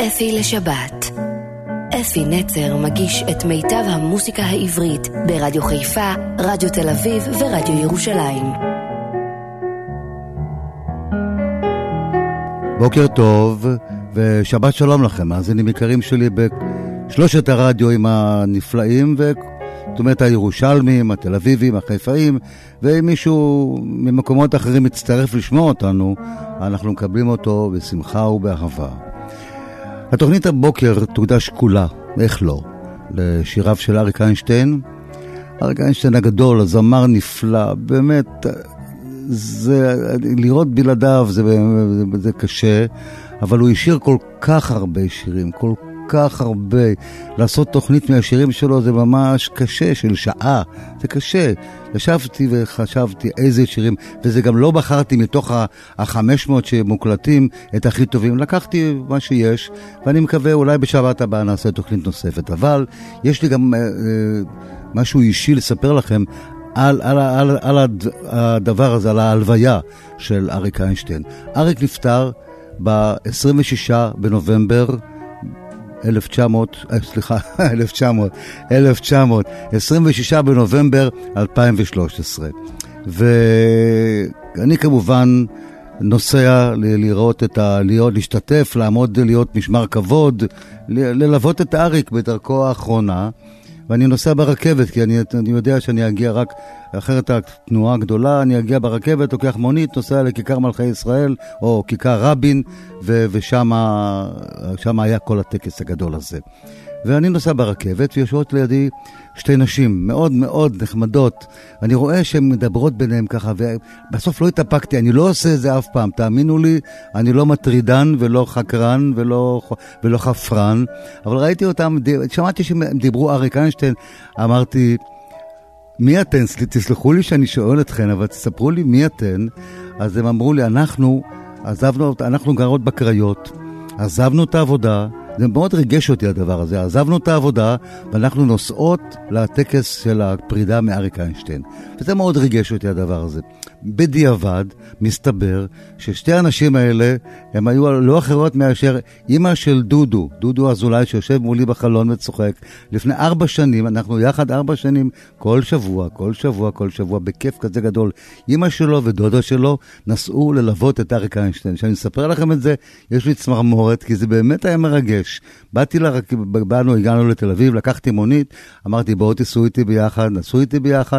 אפי לשבת. אפי נצר מגיש את מיטב המוסיקה העברית ברדיו חיפה, רדיו תל אביב ורדיו ירושלים. בוקר טוב ושבת שלום לכם, מאזינים יקרים שלי בשלושת הרדיואים הנפלאים, זאת אומרת הירושלמים, התל אביבים, החיפאים, ואם מישהו ממקומות אחרים מצטרף לשמוע אותנו, אנחנו מקבלים אותו בשמחה ובאהבה. התוכנית הבוקר תוקדש כולה, איך לא, לשיריו של אריק איינשטיין. אריק איינשטיין הגדול, הזמר נפלא, באמת, לראות בלעדיו זה קשה, אבל הוא השאיר כל כך הרבה שירים, כל כך הרבה. לעשות תוכנית מהשירים שלו זה ממש קשה, של שעה, זה קשה. ישבתי וחשבתי איזה שירים, וזה גם לא בחרתי מתוך ה-500 שמוקלטים את הכי טובים, לקחתי מה שיש, ואני מקווה אולי בשבת הבאה נעשה תוכנית נוספת, אבל יש לי גם משהו אישי לספר לכם על הדבר הזה, על ההלוויה של אריק איינשטיין. אריק נפטר ב-26 בנובמבר 26 בנובמבר 2013. ואני כמובן נוסע לראות להשתתף, לעמוד, להיות משמר כבוד, ללוות את אריק בדרכו האחרונה. ואני נוסע ברכבת, כי אני יודע שאני אגיע רק אחרת התנועה הגדולה, אני אגיע ברכבת, לוקח מונית, נוסע לכיכר מלכי ישראל, או כיכר רבין, ושם היה כל הטקס הגדול הזה. ואני נוסע ברכבת, ויושבות לידי שתי נשים מאוד מאוד נחמדות, ואני רואה שהן מדברות ביניהן ככה, ובסוף לא התאפקתי, אני לא עושה את זה אף פעם, תאמינו לי, אני לא מטרידן ולא חקרן ולא חפרן, אבל ראיתי אותם, שמעתי שהם דיברו אריק איינשטיין, אמרתי, מי אתן? תסלחו לי שאני שואל אתכן, אבל תספרו לי מי אתן. אז הם אמרו לי, אנחנו גרות בקריות, עזבנו את העבודה, זה מאוד ריגש אותי הדבר הזה, עזבנו את העבודה ואנחנו נוסעות לטקס של הפרידה מאריק איינשטיין, וזה מאוד ריגש אותי הדבר הזה. בדיעבד מסתבר ששתי האנשים האלה הם היו לא אחרות מאשר אמא של דודו אזולאי, שיושב מולי בחלון וצוחק. לפני 4 שנים, אנחנו יחד 4 שנים, כל שבוע בכיף כזה גדול, אמא שלו ודודה שלו נסעו ללוות את אריק איינשטיין. שאני אספר לכם את זה, יש לי צמרמורת, כי זה באמת היה מרגש. הגענו לתל אביב, לקחתי מונית, אמרתי בואו תסעו איתי ביחד, נסעו איתי ביחד,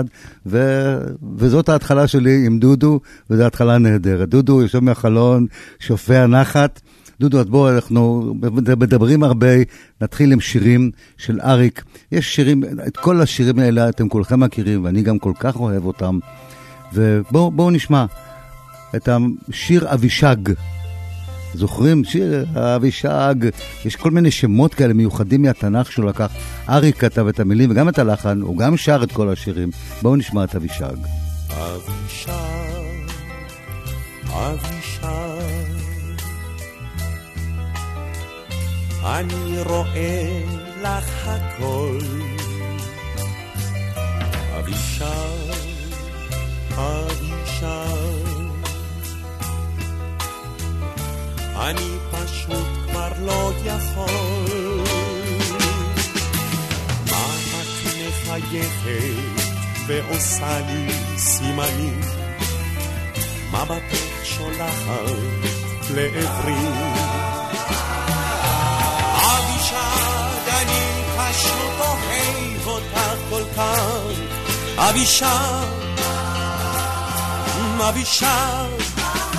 וזאת ההתחלה שלי עם דודו, וזו התחלה נהדרת. דודו יושב מהחלון, שופע נחת. דודו, אז בואו, אנחנו מדברים הרבה, נתחיל עם שירים של אריק. יש שירים, את כל השירים האלה אתם כולכם מכירים, ואני גם כל כך אוהב אותם. ובואו נשמע את השיר אבישג. זוכרים? שיר אבישג, יש כל מיני שמות כאלה מיוחדים מהתנ"ך שהוא לקח. אריק כתב את המילים וגם את הלחן, הוא גם שר את כל השירים. בואו נשמע את אבישג. אבישג, אבישג, אני רואה לך הכל. אבישג, אבישג, אני פשוט כבר לא יכול. מה את מחייכת ועושה לי סימנים, מבטך שולחת לעברי. אבישג, אני פשוט אוהב אותך כל כך. אבישג, אבישג,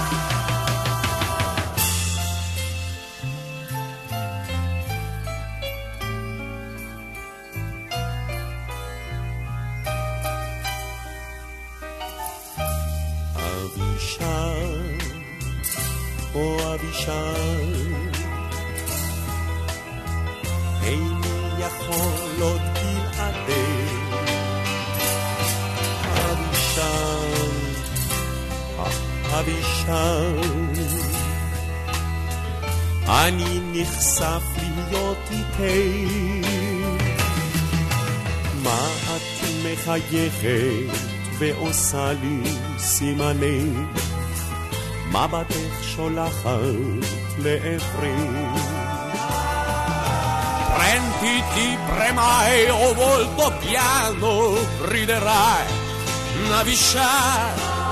איני יכול עוד בלעדך. אבישג, אבישג, אני נחשף להיות איתך. מה את מחייכת ועושה לי סימני, מבטך שולחת לעברי. Sentiti premai o volto piano, riderai, navisciar,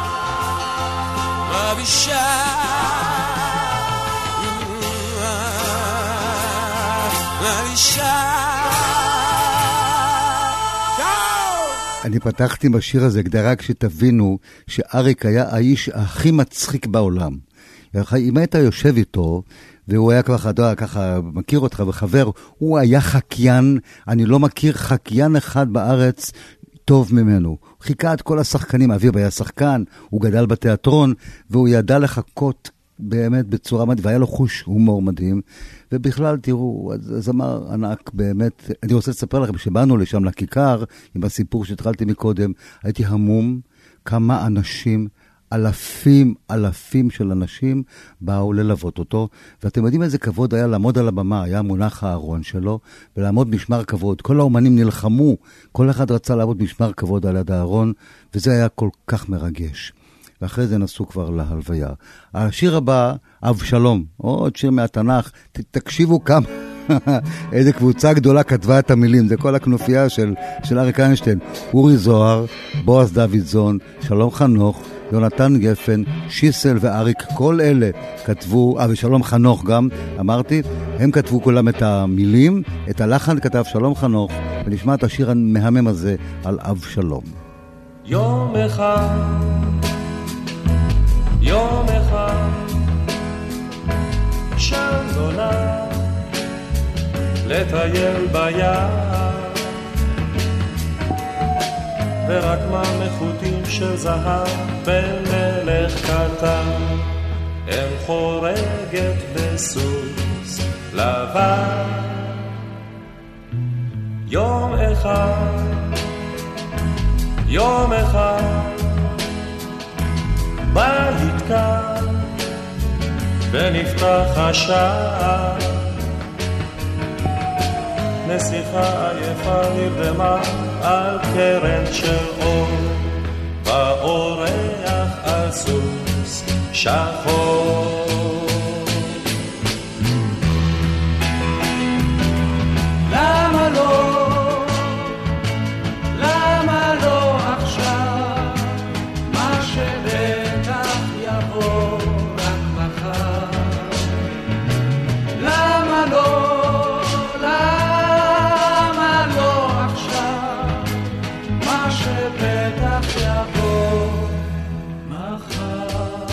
אני פתחתי עם השיר הזה רק שתבינו שאריק היה האיש הכי מצחיק בעולם. אם היית יושב איתו, והוא היה ככה מכיר אותך וחבר, הוא היה חקיין, אני לא מכיר חקיין אחד בארץ טוב ממנו. הוא חיכה את כל השחקנים, אביב היה שחקן, הוא גדל בתיאטרון, והוא ידע לחכות באמת בצורה מדהים, והיה לו חוש הומור מדהים, ובכלל תראו, זמר ענק באמת. אני רוצה לספר לכם שבאנו לשם לכיכר, עם הסיפור שהתחלתי מקודם, הייתי המום כמה אנשים, אלפים של אנשים באו ללוות אותו, ואתם יודעים איזה כבוד היה לעמוד על הבמה, היה מונח הארון שלו, ולעמוד משמר כבוד. כל האומנים נלחמו, כל אחד רצה לעמוד משמר כבוד על יד הארון, וזה היה כל כך מרגש. ואחרי זה נסו כבר להלוויה. השיר הבא, אבשלום, עוד שיר מהתנ"ך, תקשיבו כמה, איזה קבוצה גדולה כתבה את המילים, זה כל הכנופיה של אריק איינשטיין, אורי זוהר, בועז דוידזון, שלום חנוך, יונתן גפן, שיסל ואריק, כל אלה כתבו, ושלום חנוך גם, אמרתי, הם כתבו כולם את המילים, את הלחן כתב שלום חנוך, ונשמע את השיר המהמם הזה על אבשלום. יום אחד שם נולד לטייל ביער, ורק מחוטים של זהב במלך קטן, הם חורגת בסוס לבן. יום אחד בית קר ונפתח השער, נסיכה עייפה נרדמה על קרן של אור, באורח על סוס שחור. למה לא עכשיו, מה שבטח יבוא רק מחר. למה לא שבטח יבוא מחר.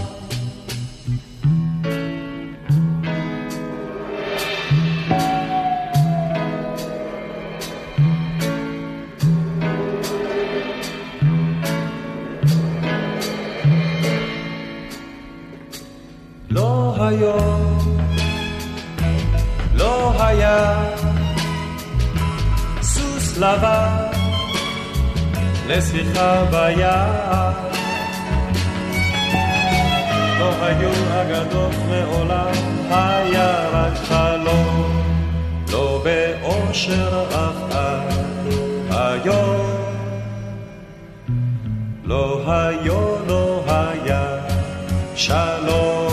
לא היום, לא היה סוס לבן לשיחה ביער, לא היו אגדות מעולם, היה רק חלום, לא באושר אף היום, לא היה שלום.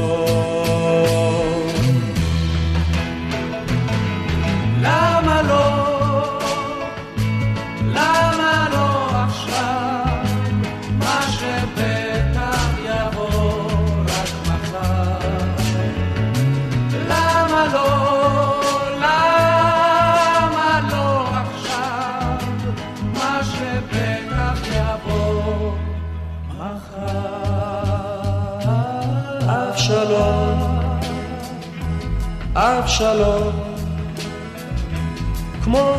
למה לא אבשלום, כמו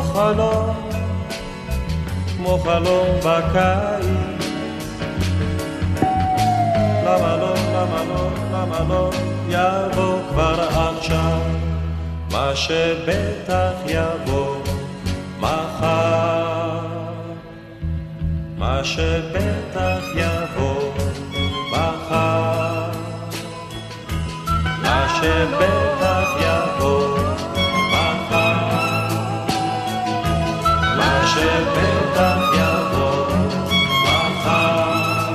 חלום בקיץ. למה לא יבוא כבר עכשיו, מה שבטח יבוא מחר, מה שבטח יבוא מחר, מה שבטח יבוא מחר, מה שבטח יבוא מחר,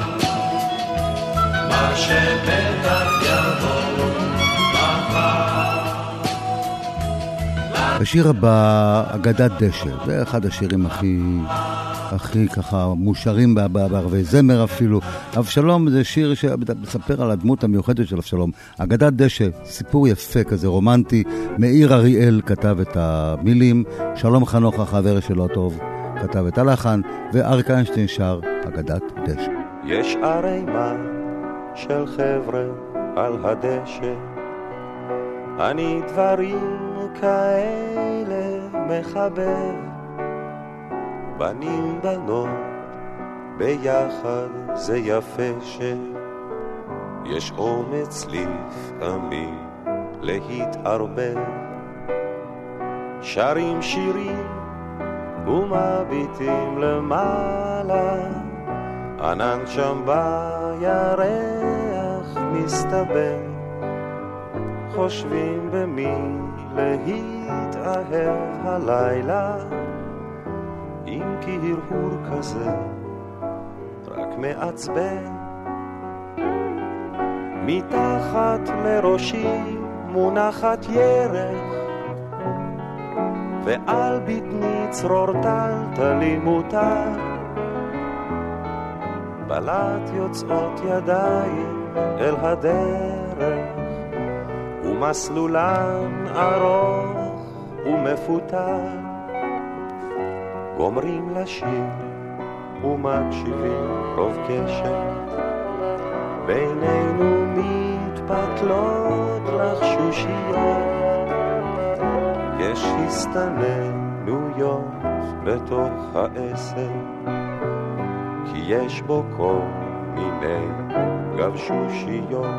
מה שבטח יבוא מחר. השיר הבא, אגדת דשא, זה אחד השירים הכי ככה מושרים בערבי זמר אפילו. אבשלום זה שיר שמספר על הדמות המיוחדת של אבשלום. אגדת דשא, סיפור יפה כזה רומנטי. מאיר אריאל כתב את המילים, שלום חנוך החבר שלו טוב כתב את הלחן, ואריק איינשטיין שר אגדת דשא. יש ערימה של חבר'ה על הדשא, אני דברים כאלה מחבב, בנים בנות ביחד זה יפה שיש אומץ לפעמים להתערבב, שרים שירים ומביטים למעלה, ענן שם בירח מסתבר, חושבים במי להתאהב הלילה, אם כי הרהור כזה רק מעצבן. מתחת לראשי מונחת ירח, ועל בטני צרור טלטלי מוטל, בלט יוצאות ידיים אל הדרך, ומסלולן ארוך ומפותל, גומרים לשיר ומקשיבים רוב קשת, בינינו מתפתלות לחשושיות, יש הסתננויות בתוך העשר, כי יש בו כל מיני גבשושיות,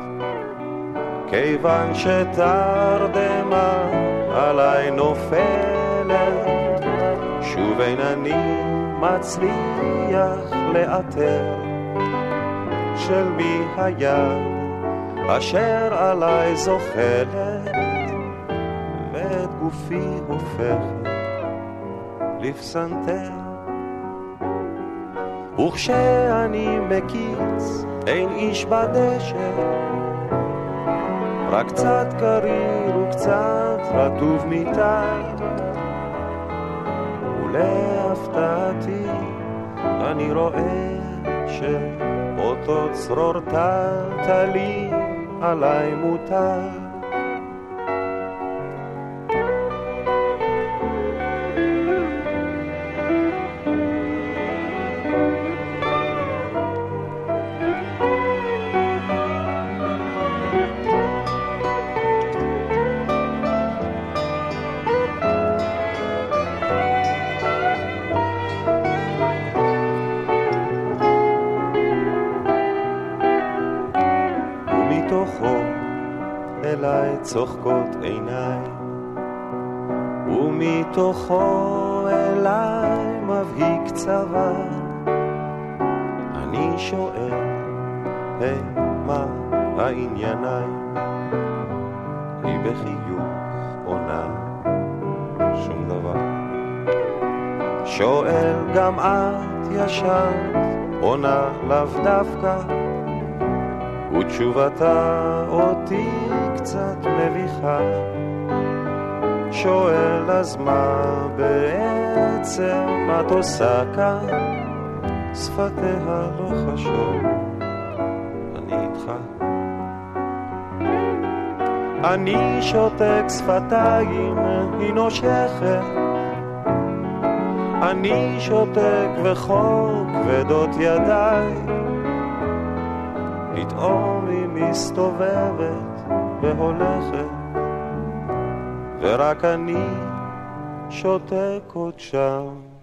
כיוון שתרדמה עליי נופלת, שוב אינני מצליח לאתר של מי היד אשר עליי זוחלת, ואת גופי הופכת לפסנתר, וכשאני מקיץ אין איש בדשא, רק קצת קריר וקצת רטוב מדי, ולהפתעתי אני רואה שאותו צרור טלטלי עליי מוטל. צוחקות עיניי, ומתוכו אליי מבהיק צבא, אני שואל, מה הענייניי? היא בחיוך עונה, שום דבר. שואל גם את ישנת, עונה לאו דווקא, ותשובתה אותי קצת מביכה, שואל אז מה בעצם את עושה כאן? שפתיה לא חשוב, אני איתך. אני שותק שפתיים, היא נושכת, אני שותק וחוק כבדות ידיי, פתאום היא מסתובבת והולכת, ורק אני שותק עוד שם.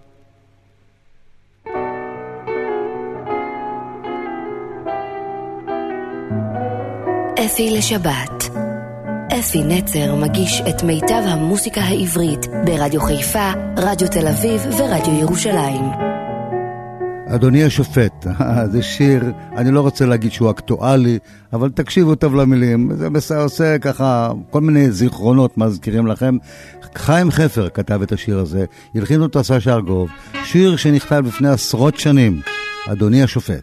אפי לשבת. אפי נצר מגיש את מיטב המוסיקה העברית ברדיו חיפה, רדיו תל אביב ורדיו ירושלים. אדוני השופט, זה שיר, אני לא רוצה להגיד שהוא אקטואלי, אבל תקשיבו טוב למילים, זה עושה ככה כל מיני זיכרונות מזכירים לכם. חיים חפר כתב את השיר הזה, הלחין אותו סשה ארגוב, שיר שנכתב לפני עשרות שנים, אדוני השופט.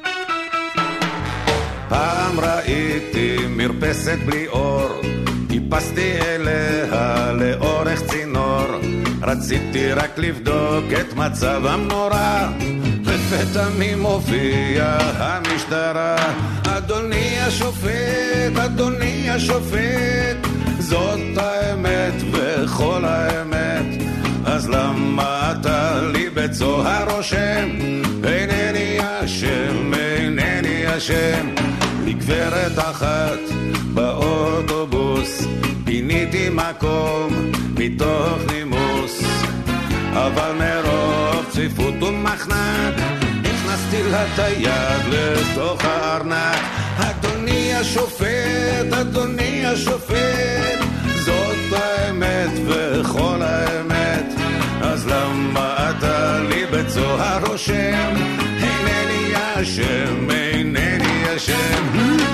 פעם ראיתי מרפסת בלי אור, היא טיפסתי אליה לאורך צינור, רציתי רק לבדוק את מצב המנורה, לפתע ממופיע המשטרה. אדוני השופט, אדוני השופט, זאת האמת וכל האמת, אז למה אתה לי בצוהר רושם? אינני אשם, אינני אשם. לגברת אחת באוטובוס פיניתי מקום מתוך נימוס, אבל מרוב צפיפות ומחנק הכנסתי לה את היד לתוך הארנק. אדוני השופט, אדוני השופט, זאת האמת וכל האמת, אז למה אתה לי בצוהר רושם? אינני אשם, אינני אשם.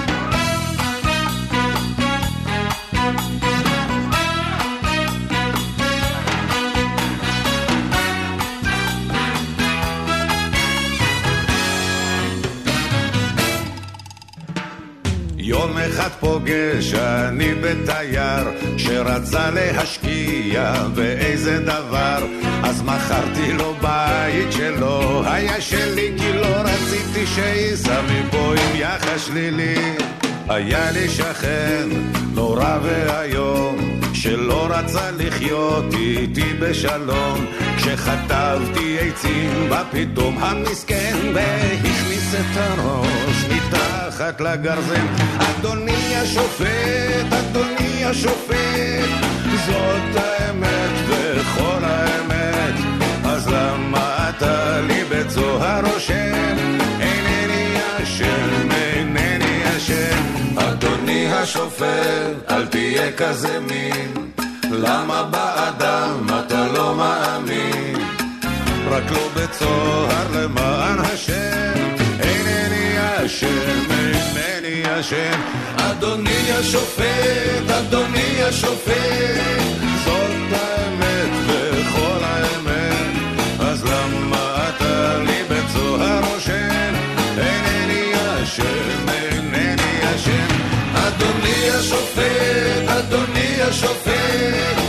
יום אחד פוגש אני בתייר שרצה להשקיע באיזה דבר, אז מכרתי לו בית שלו היה שלי, כי לא רציתי שיסע מפה עם יחס שלילי. היה לי שכן נורא והיום שלא רצה לחיות איתי בשלום, כשחטבתי עצים בפתאום המסכן והכניס את הראש מתחת לגרזן. אדוני השופט, אדוני השופט, זאת האמת וכל האמת, אז למה אתה לי בצוהר רושם? אינני אשם, אינני אשם. אדוני השופט, אל תהיה כזה מין, למה באדם אתה לא מאמין? רק לא בצוהר למען השם, אינני אשם, אינני אשם. אדוני השופט, אדוני השופט, זאת האמת וכל האמת, אז למה אתה לי בצוהר רושם? אינני אשם, אינני אשם. אדוני השופט, אדוני השופט,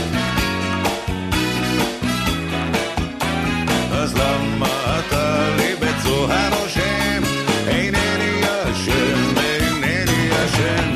אז למה אתה לי בצוהר רושם? אינני אשם, אינני אשם.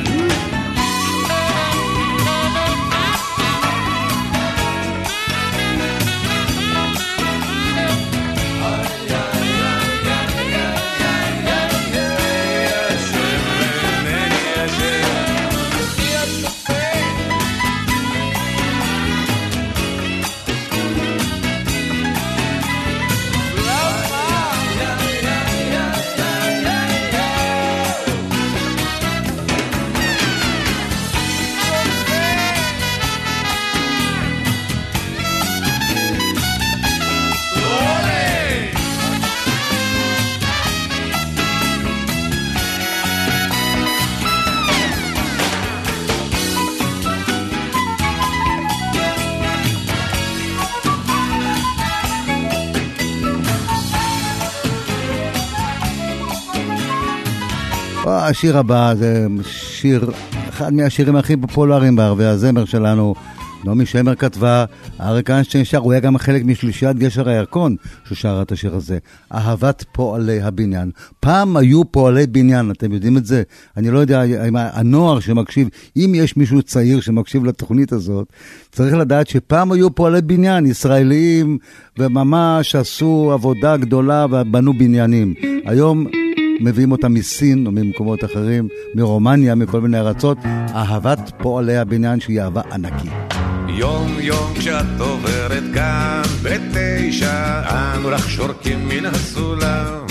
השיר הבא זה שיר, אחד מהשירים הכי פופולריים בערבי הזמר שלנו. נעמי שמר כתבה, אריק איינשטיין שר, הוא היה גם חלק משלישיית גשר הירקון ששרה את השיר הזה. אהבת פועלי הבניין. פעם היו פועלי בניין, אתם יודעים את זה? אני לא יודע, הנוער שמקשיב, אם יש מישהו צעיר שמקשיב לתוכנית הזאת, צריך לדעת שפעם היו פועלי בניין, ישראלים, וממש עשו עבודה גדולה ובנו בניינים. היום מביאים אותם מסין או ממקומות אחרים, מרומניה, מכל מיני ארצות. אהבת פועלי הבניין שהיא אהבה ענקית. יום יום כשאת עוברת כאן ב9, אנו לך שורקים מן הסולם,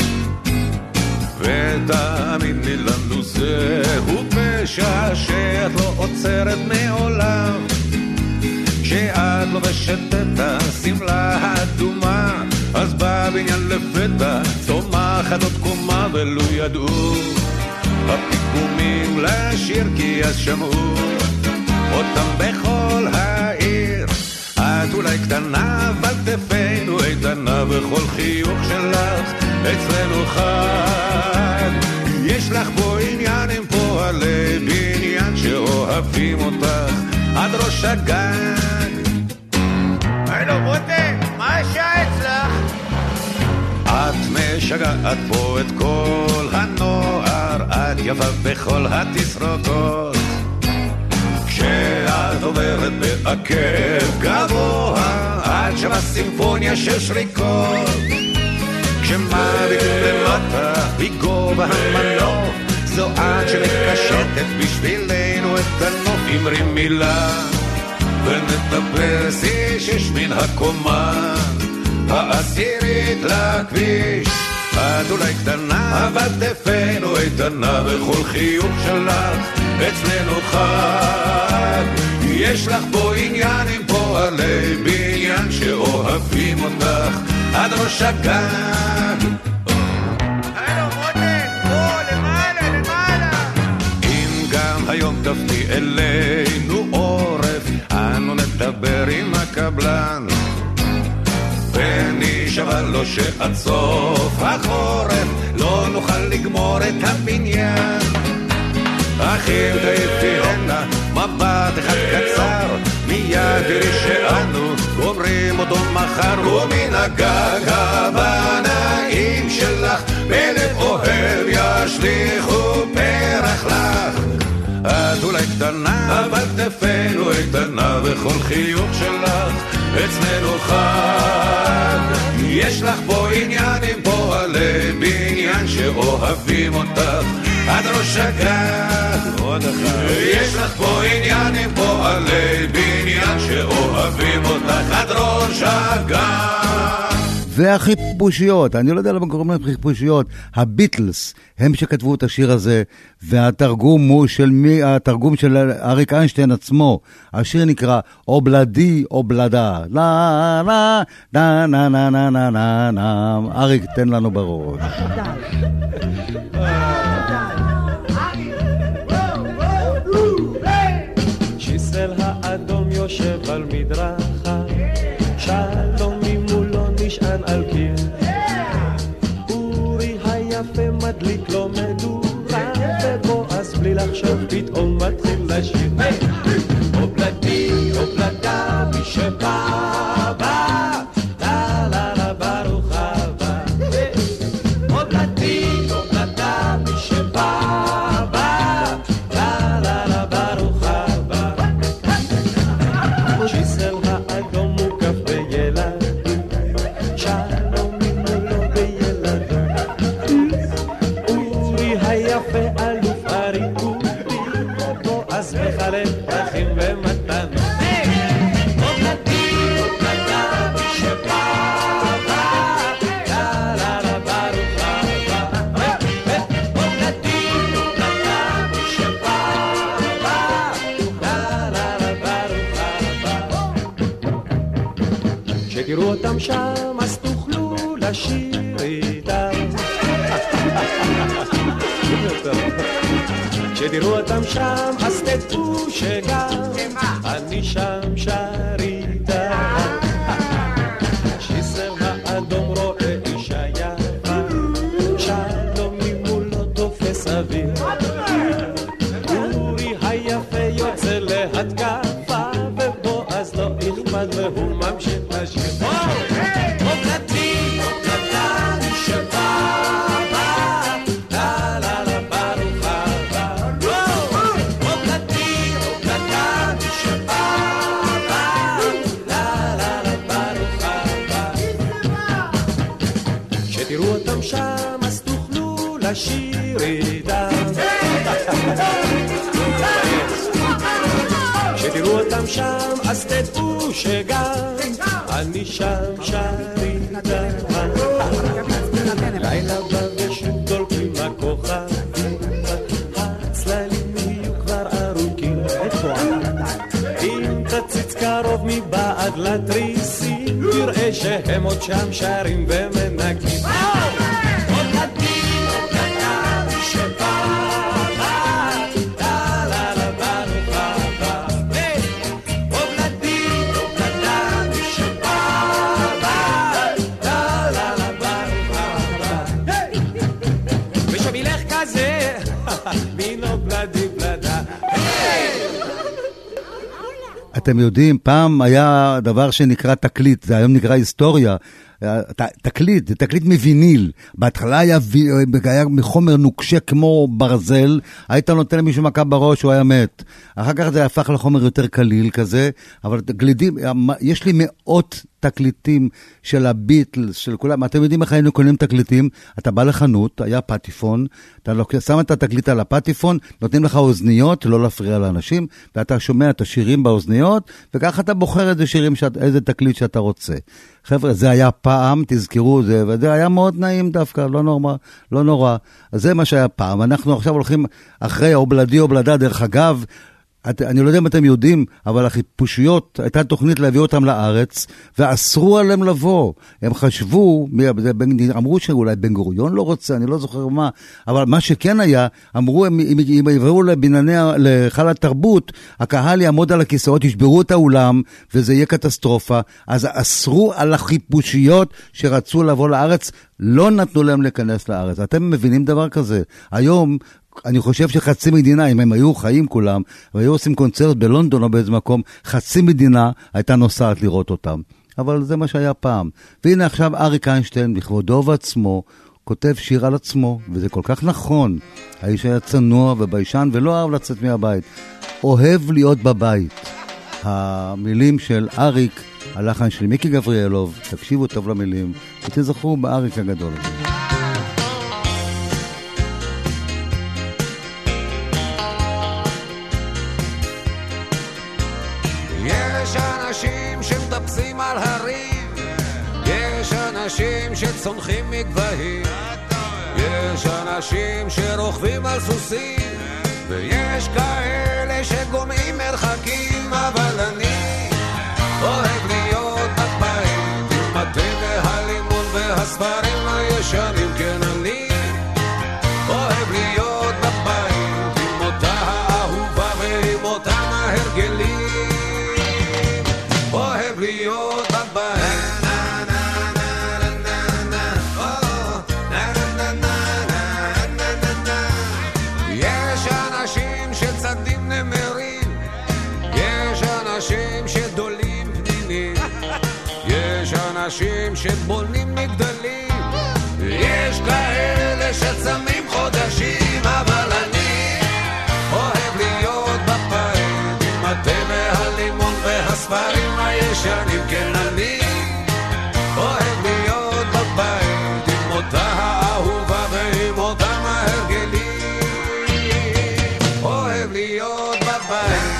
ותאמין לי לנו זהו פשע שאת לא עוצרת מעולם. כשאת לובשת את הסמלה האדומה, אז בבניין לפתע צומחת עוד קומה, ולא ידעו הפיגומים לשיר, כי אז שמעו אותם בכל העיר. את אולי קטנה אבל תפנו איתנה, וכל חיוך שלך אצלנו חד. יש לך פה עניין עם פועלי בניין שאוהבים אותך, עד ראש הגג. הלו מוטה, מה השעה אצלך? את משגעת פה את כל הנוער, את יפה בכל התסרוקות. כשאת עוברת בעקב גבוה, את שווה סימפוניה של שריקות. כשמביטים למטה בגובה המנוף, זו את שמקשטת בשבילנו את הנוף. אמרי מילה ונטפס איש מן הקומה העשירית לכביש. את אולי קטנה אבל תפנו איתנה, וכל חיוך שלך אצלנו חג. יש לך פה עניין עם פועלי בניין שאוהבים אותך עד ראש הגג. הלו מוטה, בוא למעלה למעלה. אם גם היום תפני אלינו עורף, אנו נדבר עם הקבלן ונשבע לו שעד סוף החורף לא נוכל לגמור את הבניין. אחים תהיינה מבט אחד קצר, מיד תראי שאנו גומרים אותו מחר. ומן הגג הבנאים שלך בלב אוהב ישליחו פרח לך. את אולי קטנה אבל תפנו איתנה, וכל חיוך שלך אצלנו חג. יש לך פה עניין עם פועלי בניין שאוהבים אותך עד ראש הגג. יש לך פה עניין עם פועלי בניין שאוהבים אותך עד ראש הגג. והחיפושיות, אני לא יודע למה קוראים להם חיפושיות, הביטלס, הם שכתבו את השיר הזה, והתרגום הוא של התרגום של אריק איינשטיין עצמו. השיר נקרא אובלדי אובלדה. לה לה נה נה נה נה נה נה נה. אריק, תן לנו בראש. שיסל האדום יושב על מדרכה, שלום ממולו נשען על קיר, אורי היפה מדליק לו מדורה, ובועז בלי לחשוב פתאום מתחיל לשיר. אובלדי אובלדה מי שבא בא, לה לה לה ברוך הבא. אובלדי אובלדה מי שבא בא, לה לה לה ברוך הבא. שיסל האדום מוקף בילדים, שלום ממולו בילדים, אורי היפה אלוף הריקודים, בועז מחלק פרחים ומתנות. אובלדי אובלדה מי שבא בא, לה לה לה ברוך הבא. אובלדי אובלדה מי שבא בא, לה לה לה ברוך הבא. כשתראו אותם שם אז תוכלו לשיר איתם. כשתראו אותם שם אז תדעו שגם אני שם שר איתם. שיסר האדום רואה אישה יפה, שלום ממולו תופס אוויר, אורי היפה יוצא להתקפה, ובועז לא אכפת והוא ממשיך לשיר. אובלדי אובלדה מי שבא בא, לה לה לה ברוך הבא. אובלדי אובלדה מי שבא בא, לה לה לה ברוך הבא. כשתראו אותם שם אז תוכלו לשיר איתם. כשתראו אותם שם אז תדעו שגם אני שם שר איתם. לילה בא ושוב דולקים הכוכבים, הצללים יהיו כבר ארוכים. אם תציץ קרוב מבעד לתריסים, תראה שהם עוד שם שרים ומנגנים. אובלדי אובלדה מי שבא בא, לה לה לה ברוך הבא. אובלדי אובלדה מי שבא בא, לה לה לה ברוך הבא. ושם ילך כזה, מין אובלדי בלדה. אתם יודעים, פעם היה דבר שנקרא תקליט, זה היום נקרא היסטוריה, תקליט, זה תקליט מוויניל. בהתחלה היה מחומר נוקשה כמו ברזל, היית נותן למישהו מכה בראש, הוא היה מת. אחר כך זה הפך לחומר יותר קליל כזה, אבל תקליטים, יש לי מאות תקליטים של הביטלס, של כולם. אתם יודעים איך היינו קונים תקליטים? אתה בא לחנות, היה פטיפון, אתה שם את התקליט על הפטיפון, נותנים לך אוזניות, לא להפריע לאנשים, ואתה שומע את השירים באוזניות, וככה אתה בוחר איזה שירים, איזה תקליט שאתה רוצה. חבר'ה, זה היה פעם, תזכרו זה, וזה היה מאוד נעים דווקא, לא נורא. אז זה מה שהיה פעם. אנחנו עכשיו הולכים אחרי אובלדי אובלדה, דרך אגב, אני לא יודע אם אתם יודעים, אבל החיפושיות, הייתה תוכנית להביא אותם לארץ, ואסרו עליהם לבוא. הם חשבו, אמרו שאולי בן גוריון לא רוצה, אני לא זוכר מה, אבל מה שכן היה, אמרו, אם יבואו לחל התרבות, הקהל יעמוד על הכיסאות, ישברו את האולם, וזה יהיה קטסטרופה. אז אסרו על החיפושיות שרצו לבוא לארץ, לא נתנו להם להיכנס לארץ. אתם מבינים דבר כזה? היום, אני חושב שחצי מדינה, אם הם היו חיים כולם, והיו עושים קונצרט בלונדון או באיזה מקום, חצי מדינה הייתה נוסעת לראות אותם. אבל זה מה שהיה פעם. והנה עכשיו אריק איינשטיין, בכבודו ועצמו, כותב שיר על עצמו, וזה כל כך נכון. האיש היה צנוע וביישן ולא אהב לצאת מהבית. אוהב להיות בבית. המילים של אריק, הלחן של מיקי גבריאלוב, תקשיבו טוב למילים, ותזכרו באריק הגדול הזה. שמטפסים על הרים, יש אנשים שצונחים מגבהים, יש אנשים שרוכבים על סוסים, ויש כאלה שגומעים מרחקים, אבל אני אוהב להיות בבית עם התה והלימון והספרים הישנים. כן, אני אוהב להיות בבית עם אותה האהובה ועם אותם ההרגלים, אוהב להיות בבית. יש אנשים שצדים נמרים, יש אנשים שדולים פנינים, יש אנשים שבונים מגדלים, יש כאלה שצמים חודשים, אבל אני אוהב להיות בבית עם התה והלימון והספרים הישנים. כן, אני אוהב להיות בבית עם אותה האהובה ועם אותם ההרגלים, אוהב להיות בבית.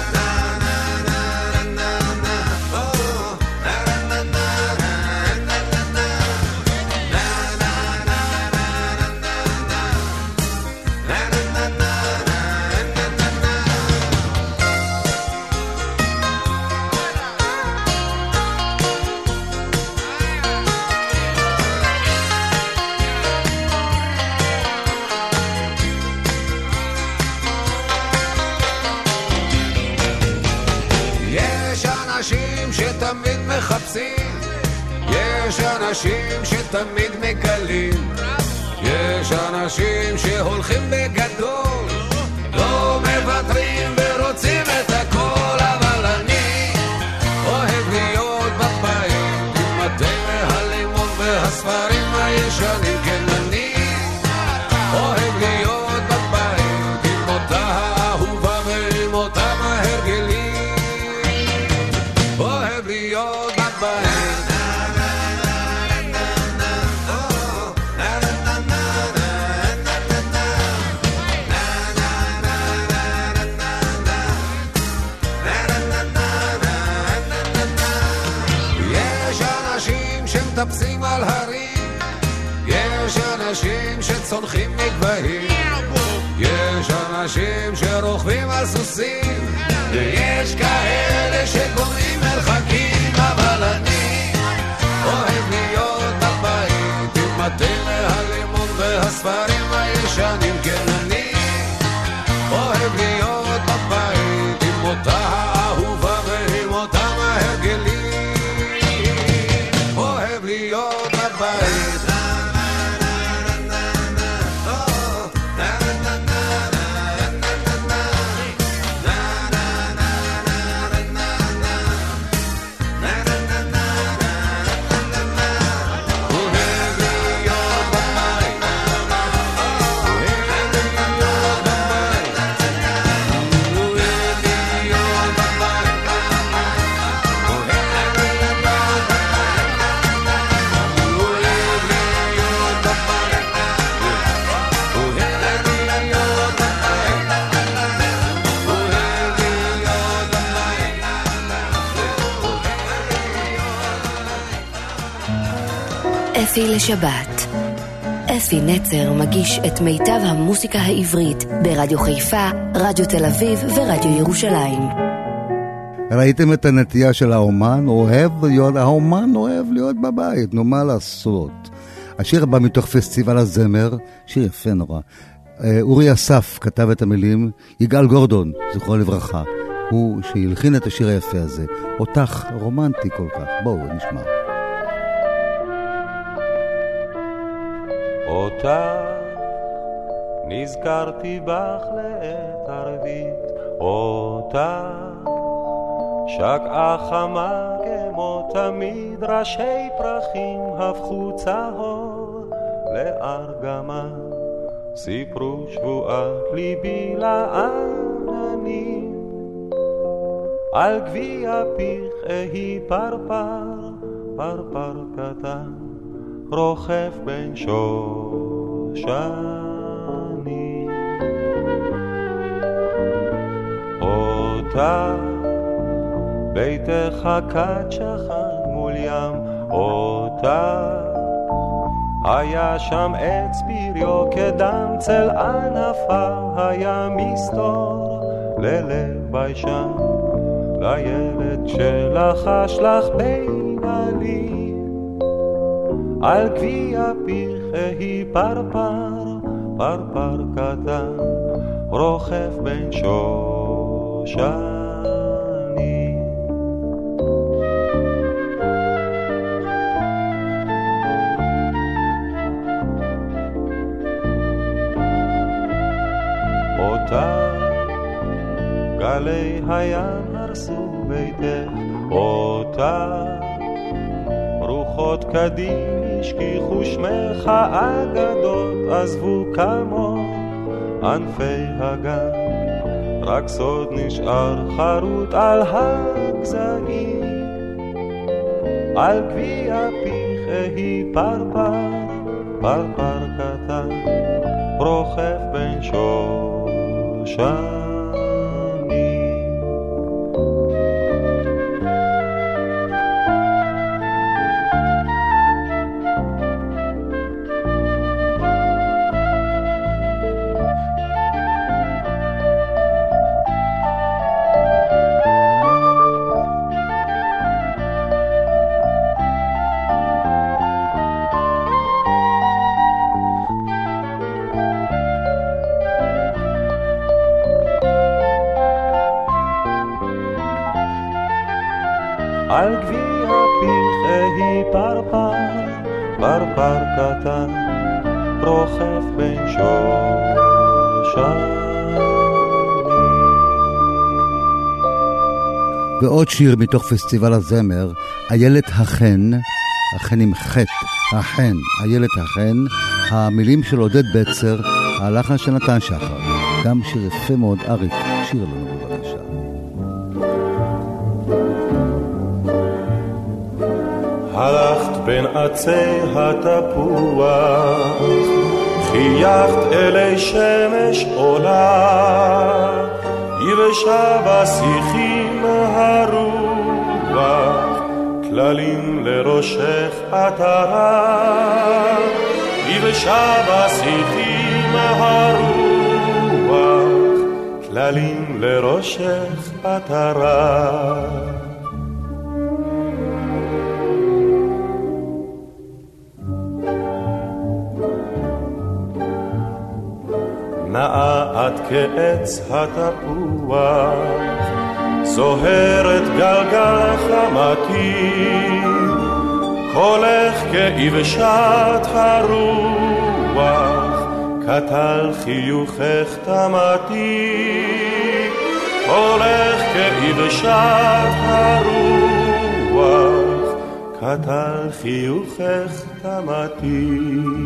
שתמיד מחפשים, יש אנשים שתמיד מגלים, יש אנשים שהולכים בגדול, לא מוותרים ורוצים את הכל, אבל אני אוהב להיות בבית עם התה והלימון והספרים הישנים. כן, אני אוהב להיות בבית עם אותה האהובה ועם אותם ההרגלים, אוהב להיות בבית. יש אנשים שמטפסים על הרים, יש אנשים שצונחים מגבהים, יש אנשים שרוכבים על סוסים, ויש כאלה שגומעים מרחקים, אבל אני אוהב להיות בבית עם התה והלימון והספרים הישנים. כן, אני אוהב להיות בבית עם אותה האהובה ועם אותם ההרגלים, אוהב להיות בבית. אפי לשבת. אפי נצר מגיש את מיטב המוסיקה העברית ברדיו חיפה, רדיו תל אביב ורדיו ירושלים. ראיתם את הנטייה של האומן? האומן אוהב להיות בבית, נו מה לעשות. השיר בא מתוך פסטיבל הזמר, שיר יפה נורא. אורי אסף כתב את המילים, יגאל גורדון, זכרו לברכה, הוא שהלחין את השיר היפה הזה. אותך רומנטי כל כך, בואו נשמע. אותה נזכרתי בך לעת ערבית, אותה שקעה חמה כמו תמיד, ראשי פרחים הפכו צהור לארגמה, סיפרו שבועת ליבי לעננים, על גביע פיך אהי פרפר, פרפר קטן רוכב בין שושנים. אותה ביתך כת שכן מול ים, אותה היה שם עץ פריו כדם, צל ענפה היה מסתור ללב ביישן, לילד שלחש לך בין עלים, על גביע פיך אהי פרפר, פרפר קטן רוכב בין שושנים. אותה גלי הים הרסו ביתך, אותה רוחות קדים השכיחו שמך, אגדות עזבו כמו ענפי הגן, רק סוד נשאר חרוט על הגזעים, על גביע פיך אהי פרפר, פרפר קטן רוכב בין שושנים. על גביע פיך אהי פרפר, פרפר קטן רוכב בין שושנים. ועוד שיר מתוך פסטיבל הזמר, איילת החן, החן עם חטא, החן, איילת החן, המילים של עודד בצר, הלחן של נתן שחר. גם שיר יפה מאוד. אריק, שיר לנו בבקשה. הלכת בין עצי התפוח, חייכת אלי שמש עולה, יבשה בשיחים הרוח, כללים לראשך עטרה, יבשה בשיחים הרוח, כללים לראשך עטרה. נאה את כעץ התפוח, זוהרת גלגל חמתי, קולך כאבשת הרוח, קטל חיוכך תמתי, קולך כאבשת הרוח, קטל חיוכך תמתי.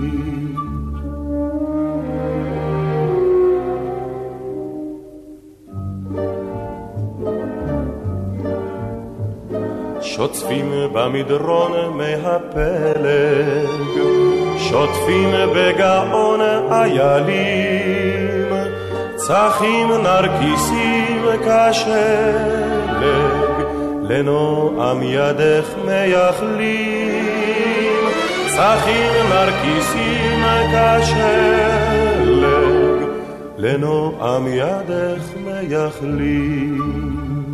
שוטפים במדרון מהפלג, שוטפים בגאון איילים, צחים נרקיסים כשלג, לנועם ידך מייחלים, צחים נרקיסים כשלג, לנועם ידך מייחלים.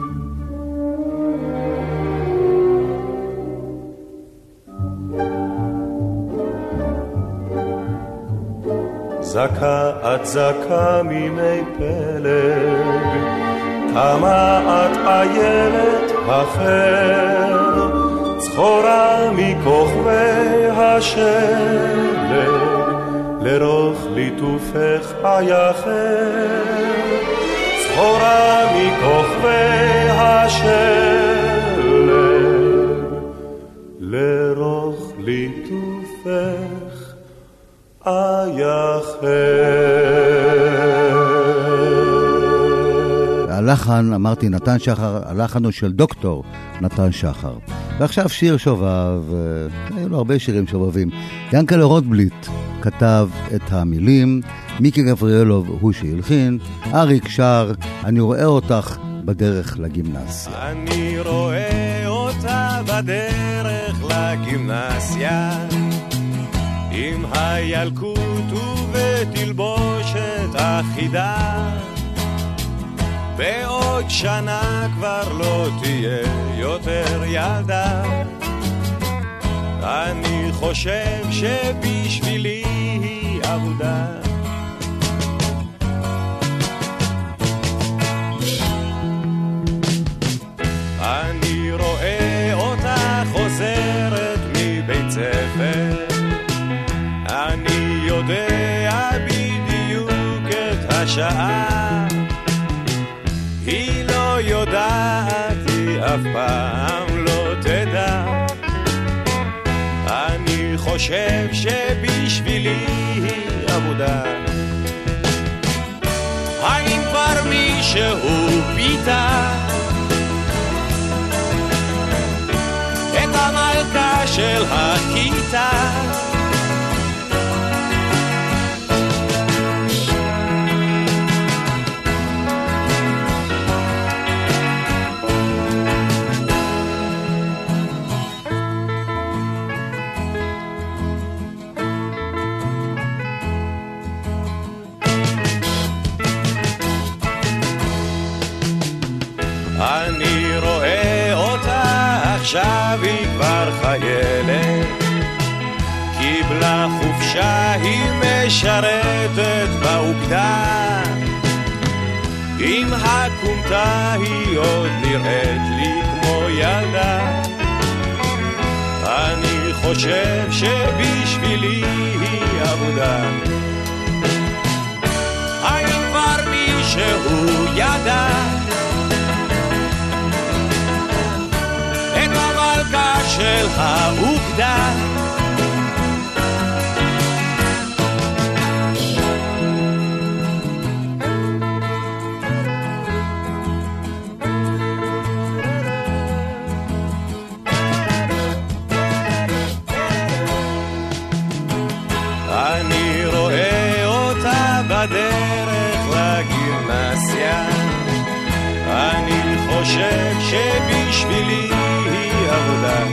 זכה את זכה מימי פלג, תמה את איילת החר, צחורה מכוכבי השלג, לרוך ליטופך היחר, צחורה מכוכבי השלג, לרוך ליטופך הלחן, אמרתי, נתן שחר, הלחן הוא של דוקטור נתן שחר. ועכשיו שיר שובב, היו לו הרבה שירים שובבים. ינקלה רוטבליט כתב את המילים, מיקי גבריאלוב הוא שהלחין, אריק שר, אני רואה אותך בדרך לגימנסיה. אני רואה אותה בדרך לגימנסיה, עם הילקוט ובתלבושת אחידה, בעוד שנה כבר לא תהיה יותר ילדה. אני חושב שבשבילי היא עבודה. אני רואה אותה חוזרת מבית ספר, אני יודע בדיוק את השעה, היא לא יודעת, היא אף פעם לא תדע. אני חושב שבשבילי היא עבודה. האם כבר מישהו פיתה את המלכה של הכיתה? אני רואה אותה עכשיו, היא כבר חיילת, קיבלה חופשה, היא משרתת באוגדה. עם הקומתה היא עוד נראית לי כמו ילדה. אני חושב שבשבילי היא עבודה. האם כבר מישהו ידע של האוגדה? אני רואה אותה בדרך לגימנסיה, אני חושב שבשבילי היא עבודה.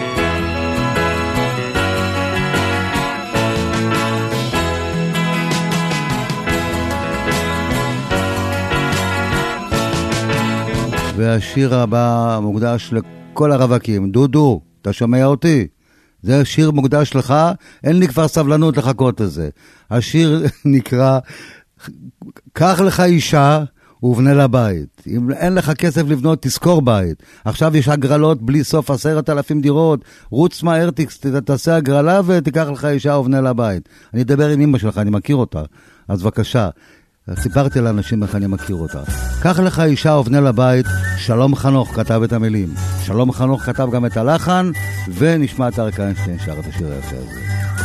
והשיר הבא מוקדש לכל הרווקים. דודו, אתה שומע אותי? זה שיר מוקדש לך, אין לי כבר סבלנות לחכות את זה. השיר נקרא, קח לך אישה ובנה לה בית. אם אין לך כסף לבנות, תזכור בית. עכשיו יש הגרלות בלי סוף 10,000 דירות. רוץ מהר, תעשה הגרלה ותיקח לך אישה ובנה לה בית. אני אדבר עם אמא שלך, אני מכיר אותה. אז בבקשה. סיפרתי לאנשים איך אני מכיר אותה. קח לך אישה ובנה לבית. שלום חנוך כתב את המילים, שלום חנוך כתב גם את הלחן, ונשמע את אריק איינשטיין שר את השיר היפה הזה.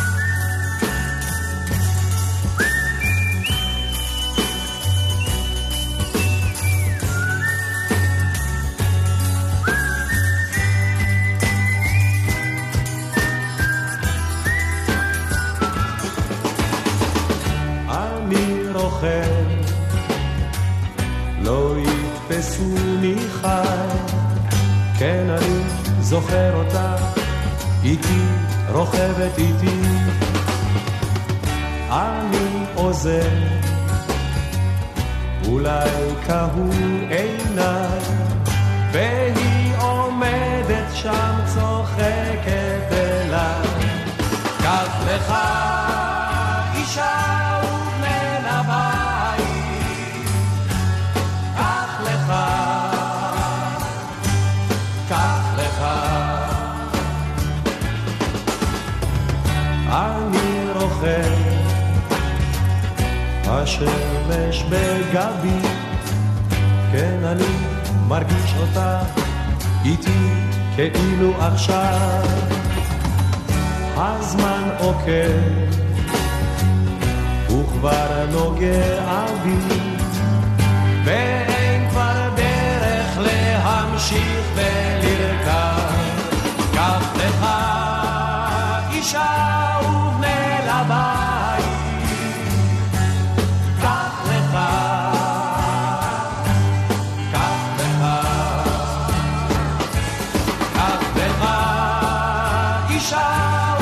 לא יתפסוני חי, כן אני זוכר אותה איתי רוכבת איתי, אני עוזר, אולי קהו עיניי, והיא עומדת שם צוחקת אליי. קח לך אישה ובני לבית, קח לך, קח לך. אני רוכב, השמש בגבי, כן אני מרגיש אותה איתי כאילו עכשיו. הזמן עוקב וכבר נוגע בי, ואין כבר דרך להמשיך ולרכב. קח לך אישה ובני לבית, קח לך, קח לך, קח לך אישה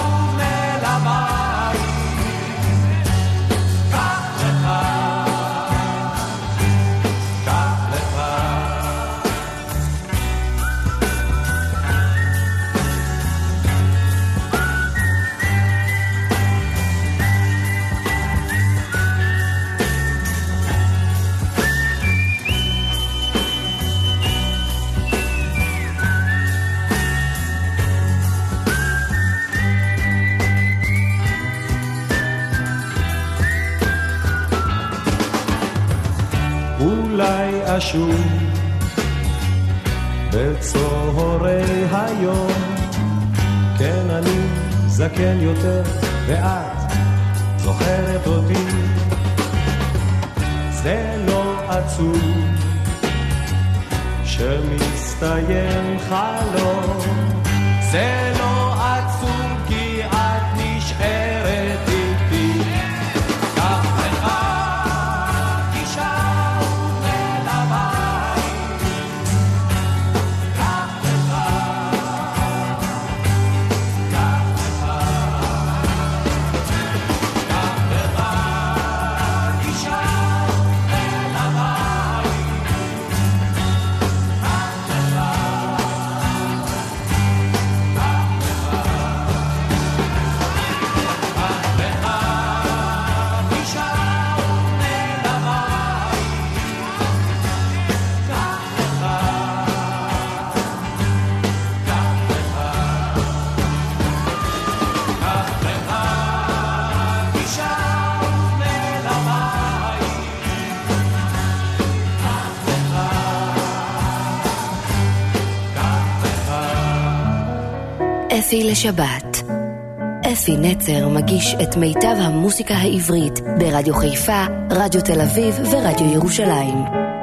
אשוב בצהרי היום, כן אני זקן יותר ואת זוכרת אותי. זה לא עצוב שמסתיים חלום, זה לא עצוב כי את נשארת איתי. קח לך אפי לשבת. אפי נצר מגיש את מיטב המוסיקה העברית ברדיו חיפה, רדיו תל אביב ורדיו ירושלים.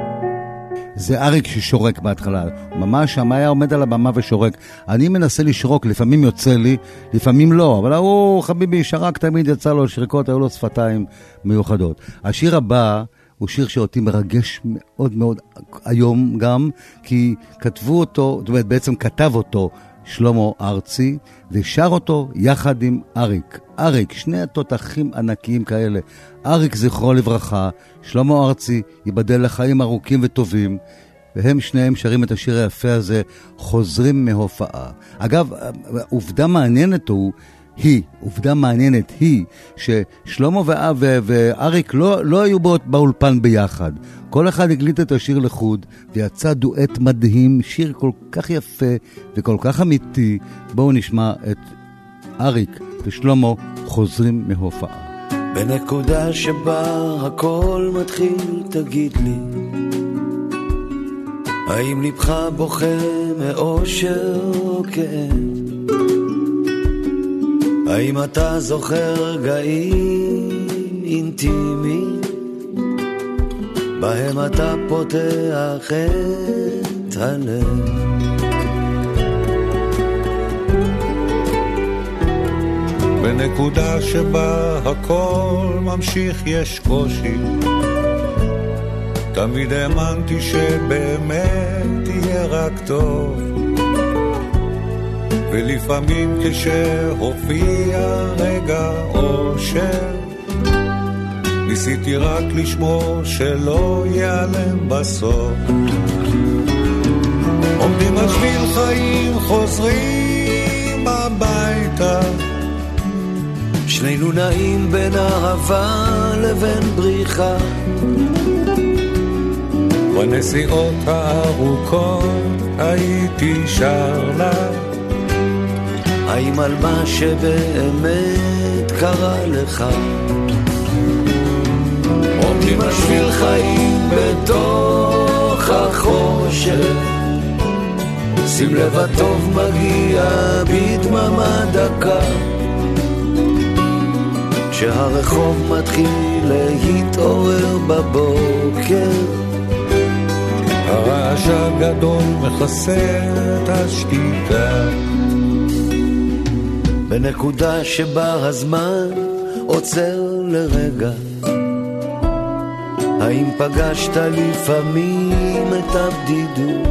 זה אריק ששורק בהתחלה, ממש שם היה עומד על הבמה ושורק. אני מנסה לשרוק, לפעמים יוצא לי, לפעמים לא, אבל הוא חביבי שרק, תמיד יצא לו שריקות, היו לו שפתיים מיוחדות. השיר הבא הוא שיר שאותי מרגש מאוד מאוד היום גם, כי כתבו אותו, זאת אומרת בעצם כתב אותו שלמה ארצי, ושר אותו יחד עם אריק. אריק, שני התותחים ענקיים כאלה. אריק זכרו לברכה, שלמה ארצי ייבדל לחיים ארוכים וטובים, והם שניהם שרים את השיר היפה הזה, חוזרים מהופעה. אגב, עובדה מעניינת עובדה מעניינת היא ששלמה ואריק לא היו באולפן ביחד. כל אחד הקליט את השיר לחוד ויצא דואט מדהים, שיר כל כך יפה וכל כך אמיתי. בואו נשמע את אריק ושלמה חוזרים מהופעה. בנקודה שבה הכל מתחיל תגיד לי, האם לבך בוכה מאושר או כאב? האם אתה זוכר רגעים אינטימיים בהם אתה פותח את הלב? בנקודה שבה הכל ממשיך יש קושי, תמיד האמנתי שבאמת יהיה רק טוב, ולפעמים כשהופיע רגע אושר, ניסיתי רק לשמור שלא ייעלם בסוף. עומדים על שביל חיים חוזרים הביתה, שנינו נעים בין אהבה לבין בריחה, בנסיעות הארוכות הייתי שר לה, האם על מה שבאמת קרה לך. עומדים על שביל חיים בתוך החושך, שים לב הטוב מגיע בדממה דקה, כשהרחוב מתחיל להתעורר בבוקר, הרעש הגדול מכסה את השתיקה, בנקודה שבה הזמן עוצר לרגע, האם פגשת לפעמים את הבדידות?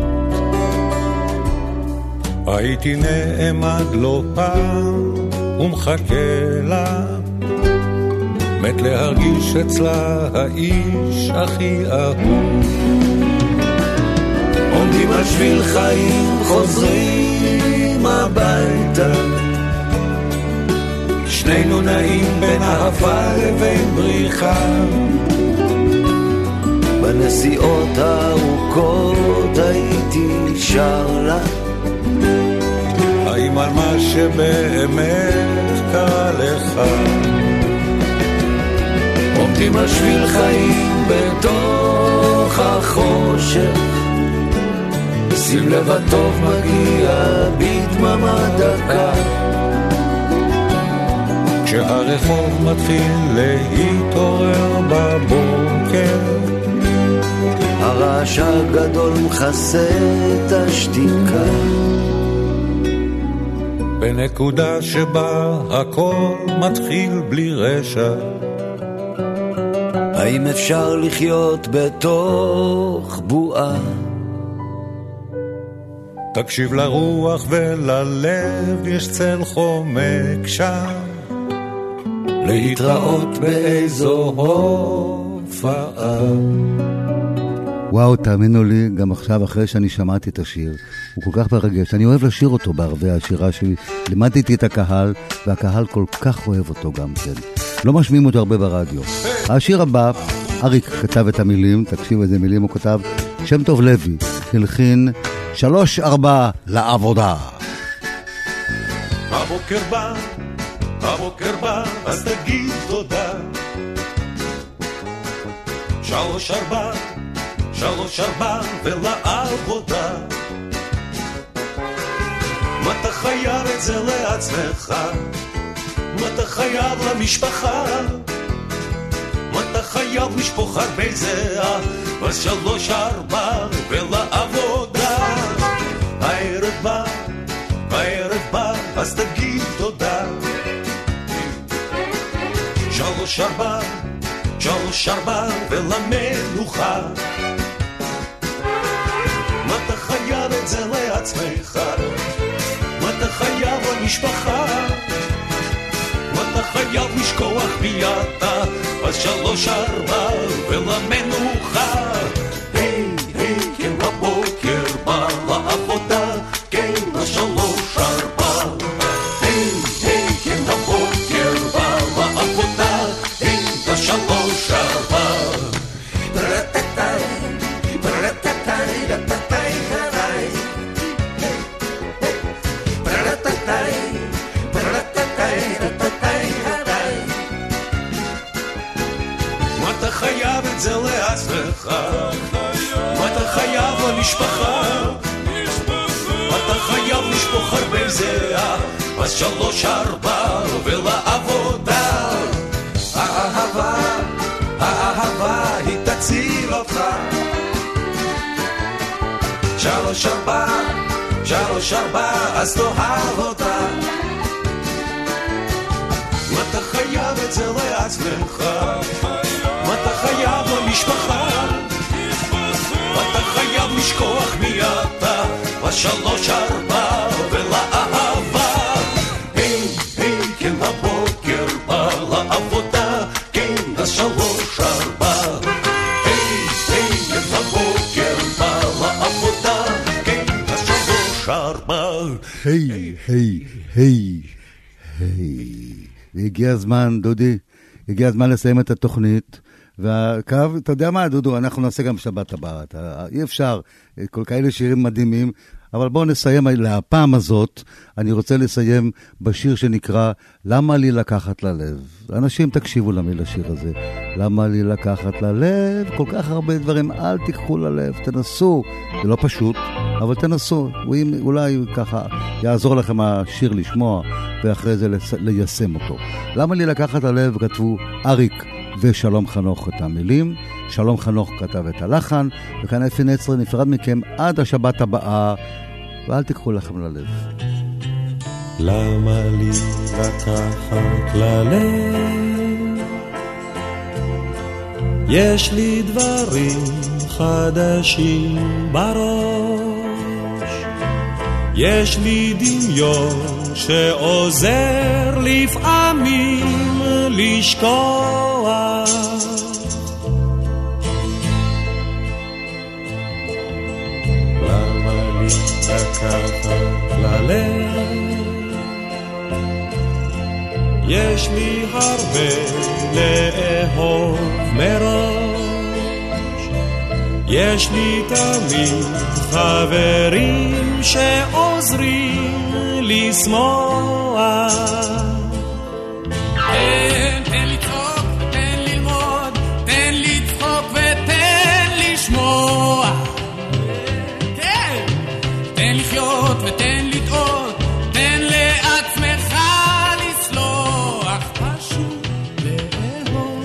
הייתי נעמד לא פעם ומחכה לה, מת להרגיש אצלה האיש הכי אהוב. עומדים על שביל חיים חוזרים הביתה, שנינו נעים בין אהבה לבין בריחה, בנסיעות הארוכות הייתי שר לה, האם על מה שבאמת קרה לך. עומדים על שביל חיים בתוך החושך, שים לב הטוב מגיע בדממה דקה, כשהרחוב מתחיל להתעורר בבוקר, הרעש הגדול מכסה את השתיקה, בנקודה שבה הכל מתחיל בלי רשע, האם אפשר לחיות בתוך בועה? תקשיב לרוח וללב, יש צל חומק שם, להתראות באיזו הופעה. וואו, תאמינו לי, גם עכשיו אחרי שאני שמעתי את השיר, הוא כל כך מרגש. אני אוהב לשיר אותו בערבי השירה שלי, לימדתי את הקהל, והקהל כל כך אוהב אותו גם כן. לא משמיעים אותו הרבה ברדיו. השיר הבא, אריק כתב את המילים, תקשיב איזה מילים הוא כתב, שם טוב לוי, הלחין 3-4 לעבודה. הבוקר בא, אז תגיד תודה. 3-4 ולעבודה. מה אתה חייב את זה לעצמך? מה אתה חייב למשפחה? מה אתה חייב לשפוך הרבה זהה? אז 3-4 ולעבודה. הערב בא, אז תגיד תודה. 3-4 ולמנוחה. מה אתה חייב את זה לעצמך? מה אתה חייב למשפחה? מה אתה חייב לשכוח ביתה? אז 3-4 ולמנוחה. היי, כן בבוקר בא לעבודה, כן 3-4. היי, כן בבוקר בא לעבודה, כן 3-4. מה אתה חייב את זה לעצמך? מה אתה חייב למשפחה? מה אתה חייב לשפוך הרבה זהה? אז 3-4 ולעבודה. האהבה היא תציל אותך. 3-4 אז תאהב אותה. מה אתה חייב את זה לעצמך? מה אתה חייב למשפחה? מה אתה חייב לשכוח מי אתה? 3-4 ולאהבה. ארבע. היי, היי, היי, היי. הגיע הזמן, דודי, הגיע הזמן לסיים את התוכנית, והקו, אתה יודע מה, דודו, אנחנו נעשה גם שבת הבאה, אי אפשר, כל כאלה שירים מדהימים, אבל בואו נסיים, להפעם הזאת, אני רוצה לסיים בשיר שנקרא, למה לי לקחת ללב? אנשים תקשיבו למיל השיר הזה, למה לי לקחת ללב? כל כך הרבה דברים, אל תיקחו ללב, תנסו, זה לא פשוט, אבל תנסו, אולי ככה יעזור לכם השיר לשמוע, ואחרי זה ליישם אותו. למה לי לקחת ללב? כתבו אריק ושלום חנוך את המילים, שלום חנוך כתב את הלחן, וכאן אפי נצר נפרד מכם עד השבת הבאה, ואל תיקחו לכם ללב. למה לי לקחת ללב? יש לי דברים חדשים בראש, יש לי דמיון שעוזר לפעמים לשכוח. למה לי לקחת ללב? יש לי הרבה לאהוב מראש, יש לי תמיד חברים שעוזרים לשמוח. תן לצחוק, תן ללמוד, תן לצחוק ותן לשמוע. כן, תן לחיות ותן לטעות, תן לעצמך לסלוח, פשוט לאהוב.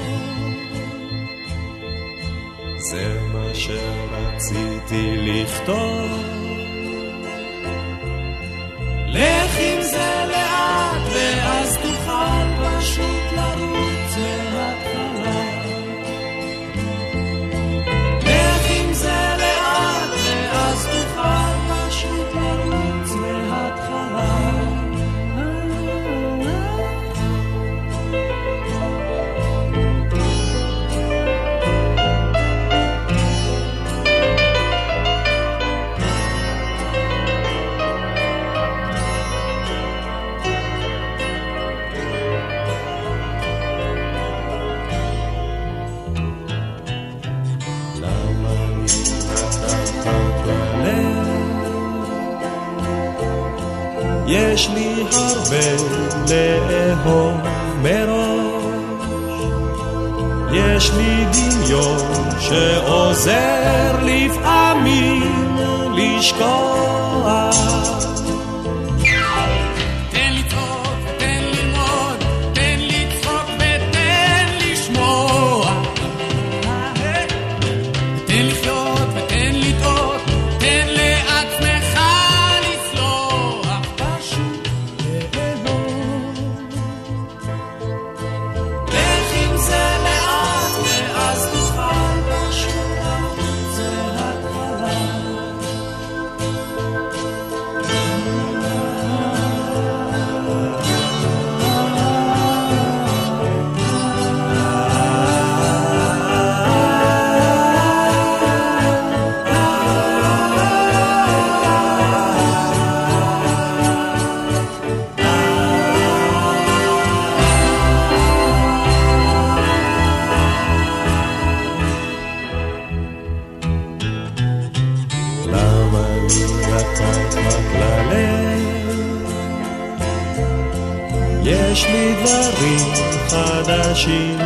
זה מה שרציתי לכתוב, לך עם זה לאט ואז תוכל פשוט לרוץ מההתחלה. לך עם זה לאט ואז תוכל פשוט לרוץ מההתחלה. יש לי הרבה לאהוב מראש, יש לי דמיון שעוזר לפעמים לשכוח. תן לצחוק, תן ללמוד, תן לצחוק ותן לשמוע. תן לחיות ותן לטעות, תן לעצמך לסלוח, פשוט לאהוב. לך עם זה לאט ואז תוכל פשוט לרוץ מההתחלה. למה לי לקחת ללב? יש לי דברים חדשים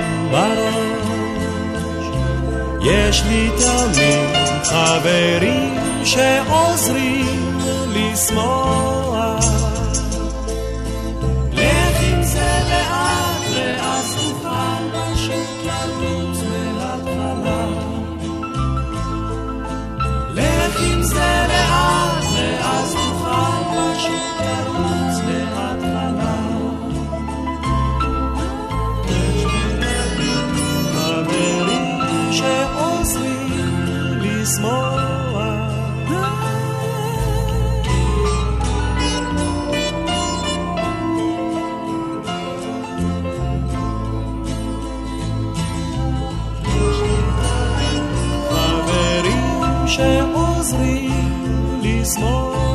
בראש, יש לי תמיד חברים שעוזרים לשמוח. לך עם זה לאט ואז תוכל פשוט לרוץ מההתחלה. לך עם זה לאט ואז תוכל פשוט לרוץ מההתחלה. חברים שעוזרים לשמוח. חברים שעוזרים לשמוח.